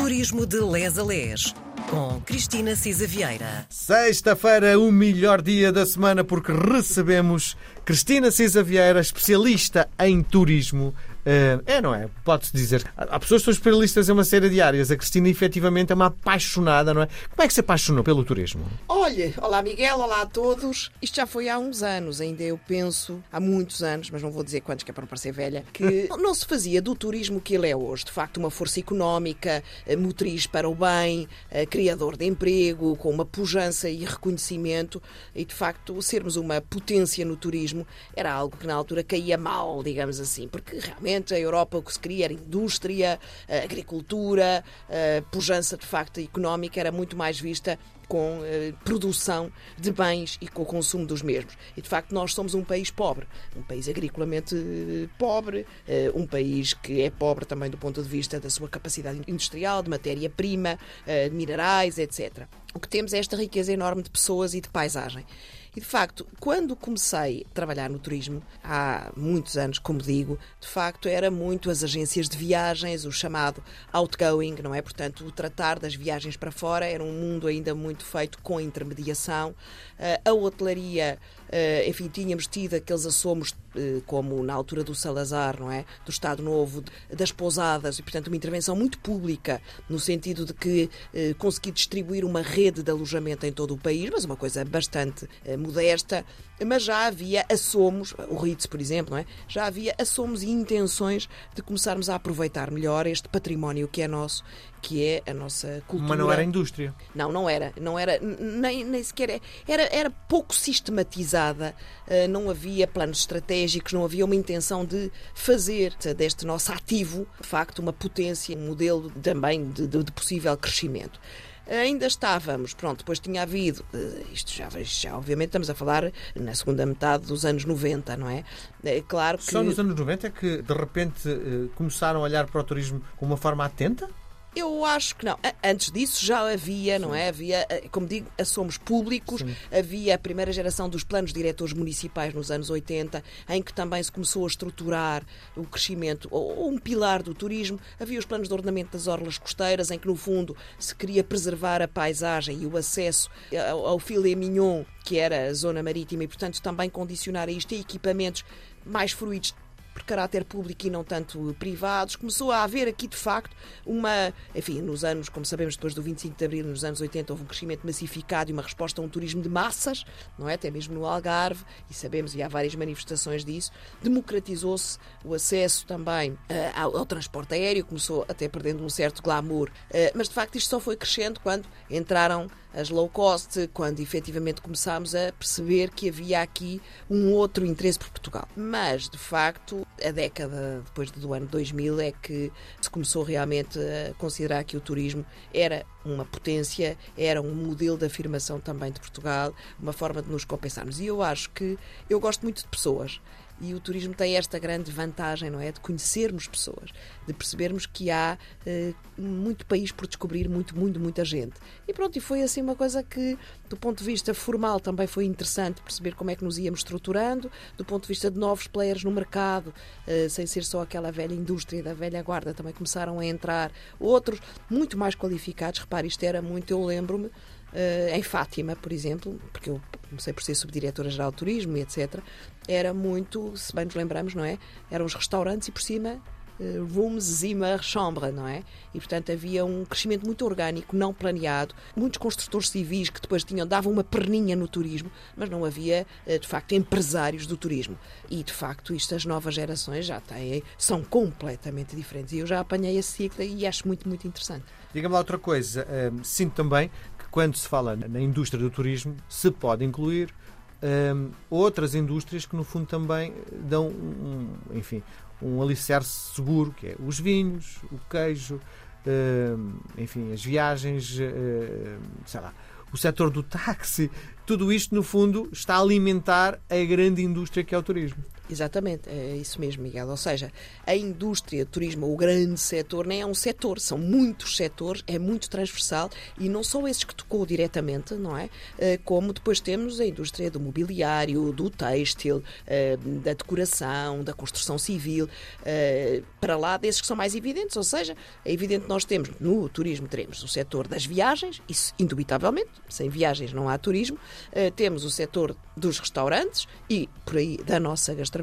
Turismo de Les a Les, com Cristina Cisa Vieira. Sexta-feira, o melhor dia da semana, porque recebemos Cristina Cisa Vieira, especialista em turismo. Não é? Pode-se dizer. Há pessoas que são especialistas em uma série de áreas. A Cristina, efetivamente, é uma apaixonada, não é? Como é que se apaixonou pelo turismo? Olá Miguel, olá a todos. Isto já foi há uns anos, ainda eu penso, há muitos anos, mas não vou dizer quantos, que é para não parecer velha, que não se fazia do turismo que ele é hoje. De facto, uma força económica, motriz para o bem, criador de emprego, com uma pujança e reconhecimento. E, de facto, sermos uma potência no turismo era algo que na altura caía mal, digamos assim, porque realmente a Europa o que se queria era indústria, agricultura, pujança de facto económica era muito mais vista com produção de bens e com o consumo dos mesmos. E de facto nós somos um país pobre, um país agriculamente pobre, um país que é pobre também do ponto de vista da sua capacidade industrial, de matéria-prima, de minerais, etc. O que temos é esta riqueza enorme de pessoas e de paisagem. E, de facto, quando comecei a trabalhar no turismo, há muitos anos, como digo, de facto, era muito as agências de viagens, o chamado outgoing, não é? Portanto, o tratar das viagens para fora era um mundo ainda muito feito com intermediação. A hotelaria, enfim, tínhamos tido aqueles assomos, como na altura do Salazar, não é? Do Estado Novo, das pousadas, e, portanto, uma intervenção muito pública, no sentido de que consegui distribuir uma rede de alojamento em todo o país, mas uma coisa bastante modesta, mas já havia assomos, o Ritz, por exemplo, não é? Já havia assomos e intenções de começarmos a aproveitar melhor este património que é nosso, que é a nossa cultura. Mas não era indústria. Não era, nem sequer era pouco sistematizada, não havia planos estratégicos, não havia uma intenção de fazer deste nosso ativo, de facto, uma potência, um modelo também de possível crescimento. Ainda estávamos, depois tinha havido, isto já obviamente estamos a falar na segunda metade dos anos 90, não é? É claro que... Só nos anos 90 é que, de repente, começaram a olhar para o turismo com uma forma atenta? Eu acho que não. Antes disso já havia, não é? Havia, como digo, assomos públicos, sim. Havia a primeira geração dos planos diretores municipais nos anos 80, em que também se começou a estruturar o crescimento, ou um pilar do turismo. Havia os planos de ordenamento das orlas costeiras, em que, no fundo, se queria preservar a paisagem e o acesso ao filé mignon, que era a zona marítima, e, portanto, também condicionar a isto a equipamentos mais fruídos por caráter público e não tanto privados. Começou a haver aqui, de facto, enfim, nos anos, como sabemos, depois do 25 de Abril, nos anos 80, houve um crescimento massificado e uma resposta a um turismo de massas, não é? Até mesmo no Algarve, e sabemos, e há várias manifestações disso. Democratizou-se o acesso também ao transporte aéreo, começou até perdendo um certo glamour, mas, de facto, isto só foi crescendo quando entraram as low cost, quando efetivamente começámos a perceber que havia aqui um outro interesse por Portugal. Mas, de facto, a década depois do ano 2000 é que se começou realmente a considerar que o turismo era uma potência, era um modelo de afirmação também de Portugal, uma forma de nos compensarmos. E eu acho que eu gosto muito de pessoas. E o turismo tem esta grande vantagem, não é? De conhecermos pessoas, de percebermos que há muito país por descobrir, muita gente. E foi assim uma coisa que, do ponto de vista formal, também foi interessante perceber como é que nos íamos estruturando, do ponto de vista de novos players no mercado, sem ser só aquela velha indústria da velha guarda, também começaram a entrar outros, muito mais qualificados. Repare, isto era muito, eu lembro-me, em Fátima, por exemplo, porque eu comecei por ser subdiretora-geral de turismo e etc., era muito, se bem nos lembramos, não é? Eram os restaurantes e por cima rooms, Zimmer, chambre, não é? E, portanto, havia um crescimento muito orgânico, não planeado, muitos construtores civis que depois davam uma perninha no turismo, mas não havia, de facto, empresários do turismo. E, de facto, as novas gerações são completamente diferentes. E eu já apanhei esse ciclo e acho muito interessante. Diga-me lá outra coisa. Sinto também que quando se fala na indústria do turismo, se pode incluir outras indústrias que, no fundo, também dão, um alicerce seguro, que é os vinhos, o queijo, enfim, as viagens, o setor do táxi. Tudo isto, no fundo, está a alimentar a grande indústria que é o turismo. Exatamente, é isso mesmo, Miguel. Ou seja, a indústria do turismo, o grande setor, nem é um setor, são muitos setores, é muito transversal e não só esses que tocou diretamente, não é? Como depois temos a indústria do mobiliário, do têxtil, da decoração, da construção civil, para lá desses que são mais evidentes. Ou seja, é evidente que nós temos, no turismo, teremos o setor das viagens, isso indubitavelmente, sem viagens não há turismo, temos o setor dos restaurantes e, por aí, da nossa gastronomia.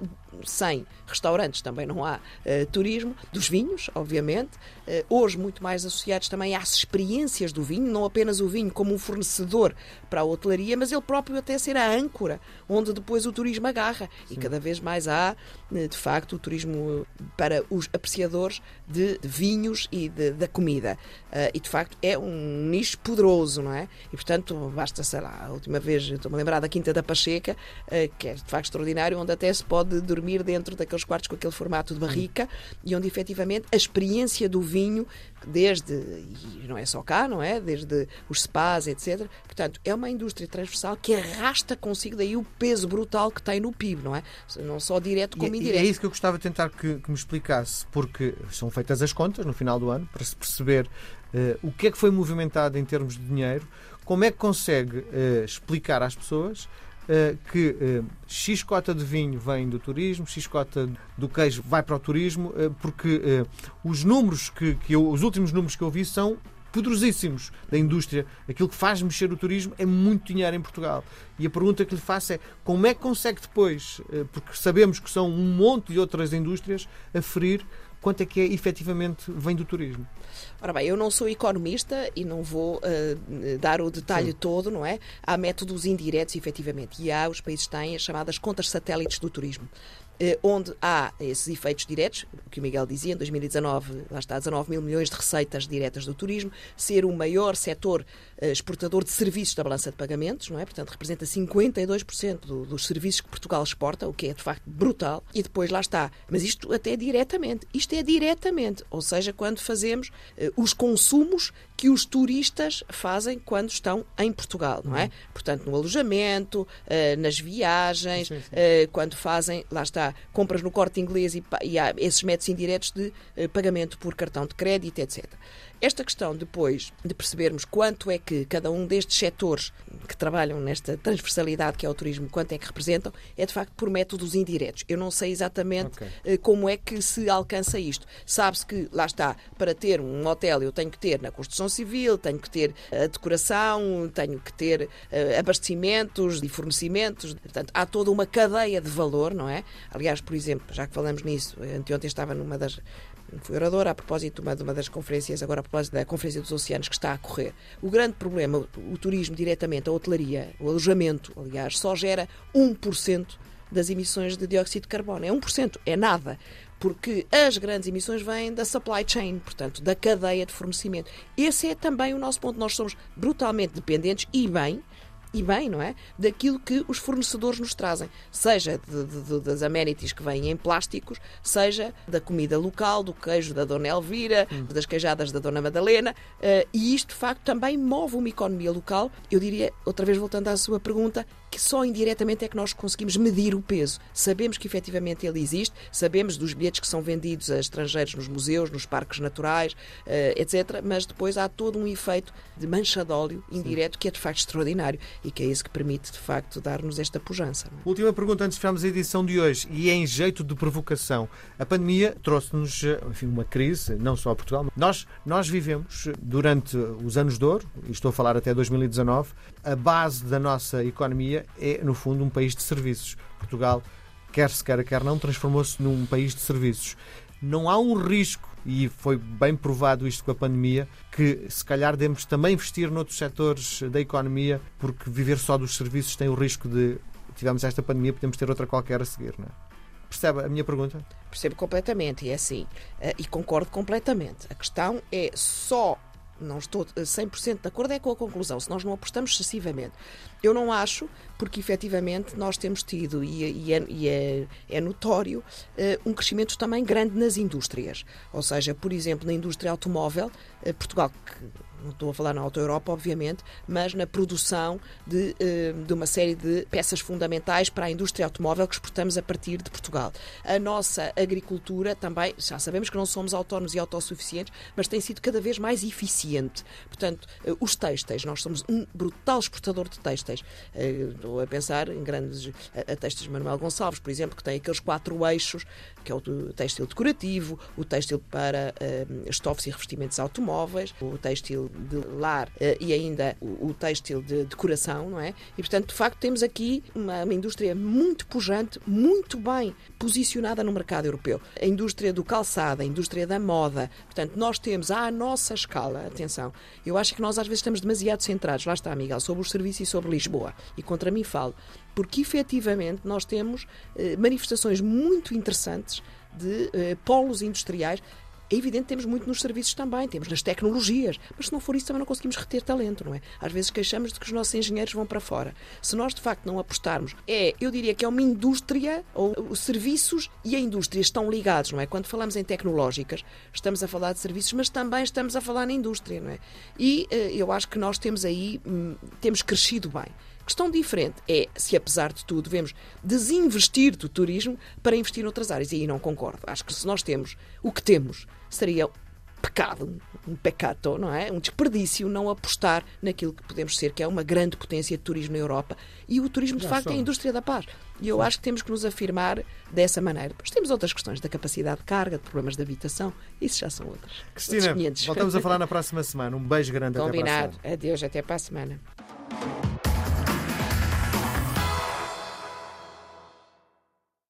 Sem restaurantes também não há turismo, dos vinhos, obviamente, hoje muito mais associados também às experiências do vinho, não apenas o vinho como um fornecedor para a hotelaria, mas ele próprio até ser a âncora, onde depois o turismo agarra. Sim. E cada vez mais há, de facto, o turismo para os apreciadores de vinhos e da comida. E, de facto, é um nicho poderoso, não é? E, portanto, basta, sei lá, a última vez, estou-me a lembrar da Quinta da Pacheca, que é, de facto, extraordinário, onde até se pode dormir dentro daqueles quartos com aquele formato de barrica e onde, efetivamente, a experiência do vinho, desde, e não é só cá, não é? Desde os spas, etc. Portanto, é uma indústria transversal que arrasta consigo daí o peso brutal que tem no PIB, não é? Não só direto como indireto. E é isso que eu gostava de tentar que me explicasse, porque são feitas as contas no final do ano para se perceber o que é que foi movimentado em termos de dinheiro, como é que consegue explicar às pessoas que X cota de vinho vem do turismo, X cota do queijo vai para o turismo, porque os números os últimos números que eu vi são poderosíssimos da indústria. Aquilo que faz mexer o turismo é muito dinheiro em Portugal. E a pergunta que lhe faço é como é que consegue depois, porque sabemos que são um monte de outras indústrias, aferir quanto é que efetivamente vem do turismo? Ora bem, eu não sou economista e não vou dar o detalhe todo, não é? Há métodos indiretos, efetivamente, e os países têm as chamadas contas satélites do turismo, onde há esses efeitos diretos, o que o Miguel dizia, em 2019, lá está, 19 mil milhões de receitas diretas do turismo, ser o maior setor exportador de serviços da balança de pagamentos, não é? Portanto, representa 52% dos serviços que Portugal exporta, o que é, de facto, brutal. E depois, lá está, mas isto até diretamente. Isto é diretamente, ou seja, quando fazemos os consumos que os turistas fazem quando estão em Portugal, não é? Portanto, no alojamento, nas viagens, quando fazem, lá está, compras no Corte Inglês e há esses métodos indiretos de pagamento por cartão de crédito, etc. Esta questão, depois, de percebermos quanto é que cada um destes setores que trabalham nesta transversalidade que é o turismo, quanto é que representam, é de facto por métodos indiretos. Eu não sei exatamente como é que se alcança isto. Sabe-se que, lá está, para ter um hotel eu tenho que ter na construção civil, tenho que ter a decoração, tenho que ter abastecimentos e fornecimentos. Portanto, há toda uma cadeia de valor, não é? Aliás, por exemplo, já que falamos nisso, anteontem estava numa das... Fui oradora a propósito de uma das conferências, agora a propósito da Conferência dos Oceanos que está a correr. O grande problema, o turismo diretamente, a hotelaria, o alojamento, aliás, só gera 1% das emissões de dióxido de carbono. É 1%, é nada. Porque as grandes emissões vêm da supply chain, portanto, da cadeia de fornecimento. Esse é também o nosso ponto. Nós somos brutalmente dependentes e bem, não é? Daquilo que os fornecedores nos trazem, seja das amenities que vêm em plásticos, seja da comida local, do queijo da Dona Elvira, das queijadas da Dona Madalena, e isto, de facto, também move uma economia local. Eu diria, outra vez voltando à sua pergunta, que só indiretamente é que nós conseguimos medir o peso. Sabemos que efetivamente ele existe, sabemos dos bilhetes que são vendidos a estrangeiros nos museus, nos parques naturais, etc. Mas depois há todo um efeito de mancha de óleo indireto que é de facto extraordinário e que é isso que permite de facto dar-nos esta pujança. Não é? Última pergunta antes de fecharmos a edição de hoje, e é em jeito de provocação. A pandemia trouxe-nos, enfim, uma crise, não só a Portugal. Nós vivemos durante os anos de ouro, e estou a falar até 2019, a base da nossa economia é, no fundo, um país de serviços. Portugal, quer se queira, quer não, transformou-se num país de serviços. Não há um risco, e foi bem provado isto com a pandemia, que se calhar devemos também investir noutros setores da economia, porque viver só dos serviços tem o risco de, tivemos esta pandemia, podemos ter outra qualquer a seguir, não é? Percebe a minha pergunta? Percebo completamente, e é assim, e concordo completamente. A questão é só... Não estou 100% de acordo com a conclusão, se nós não apostamos excessivamente. Eu não acho, porque efetivamente nós temos tido, e é notório, um crescimento também grande nas indústrias. Ou seja, por exemplo, na indústria automóvel, Portugal, que não estou a falar na Auto Europa, obviamente, mas na produção de uma série de peças fundamentais para a indústria automóvel que exportamos a partir de Portugal. A nossa agricultura também, já sabemos que não somos autónomos e autossuficientes, mas tem sido cada vez mais eficiente. Portanto, os têxteis, nós somos um brutal exportador de têxteis. Estou a pensar em grandes têxteis de Manuel Gonçalves, por exemplo, que tem aqueles 4 eixos, que é o têxtil decorativo, o têxtil para estofos e revestimentos automóveis, o têxtil de lar e ainda o têxtil de decoração, não é? E, portanto, de facto, temos aqui uma indústria muito pujante, muito bem posicionada no mercado europeu. A indústria do calçado, a indústria da moda. Portanto, nós temos à nossa escala, atenção, eu acho que nós às vezes estamos demasiado centrados, lá está, Miguel, sobre os serviços e sobre Lisboa. E contra mim falo. Porque, efetivamente, nós temos manifestações muito interessantes de polos industriais. É evidente que temos muito nos serviços também, temos nas tecnologias, mas se não for isso também não conseguimos reter talento, não é? Às vezes queixamos de que os nossos engenheiros vão para fora. Se nós, de facto, não apostarmos, eu diria que é uma indústria, ou os serviços e a indústria estão ligados, não é? Quando falamos em tecnológicas, estamos a falar de serviços, mas também estamos a falar na indústria, não é? E eu acho que nós temos crescido bem. Questão diferente é se, apesar de tudo, devemos desinvestir do turismo para investir noutras áreas. E aí não concordo. Acho que se nós temos o que temos, seria um pecado, não é? Um desperdício não apostar naquilo que podemos ser, que é uma grande potência de turismo na Europa. E o turismo, de facto, é a indústria da paz. E eu acho que temos que nos afirmar dessa maneira. Depois temos outras questões da capacidade de carga, de problemas de habitação. Isso já são outras. Cristina, voltamos a falar na próxima semana. Um beijo grande. Combinado. Até para a semana. Adeus, até para a semana.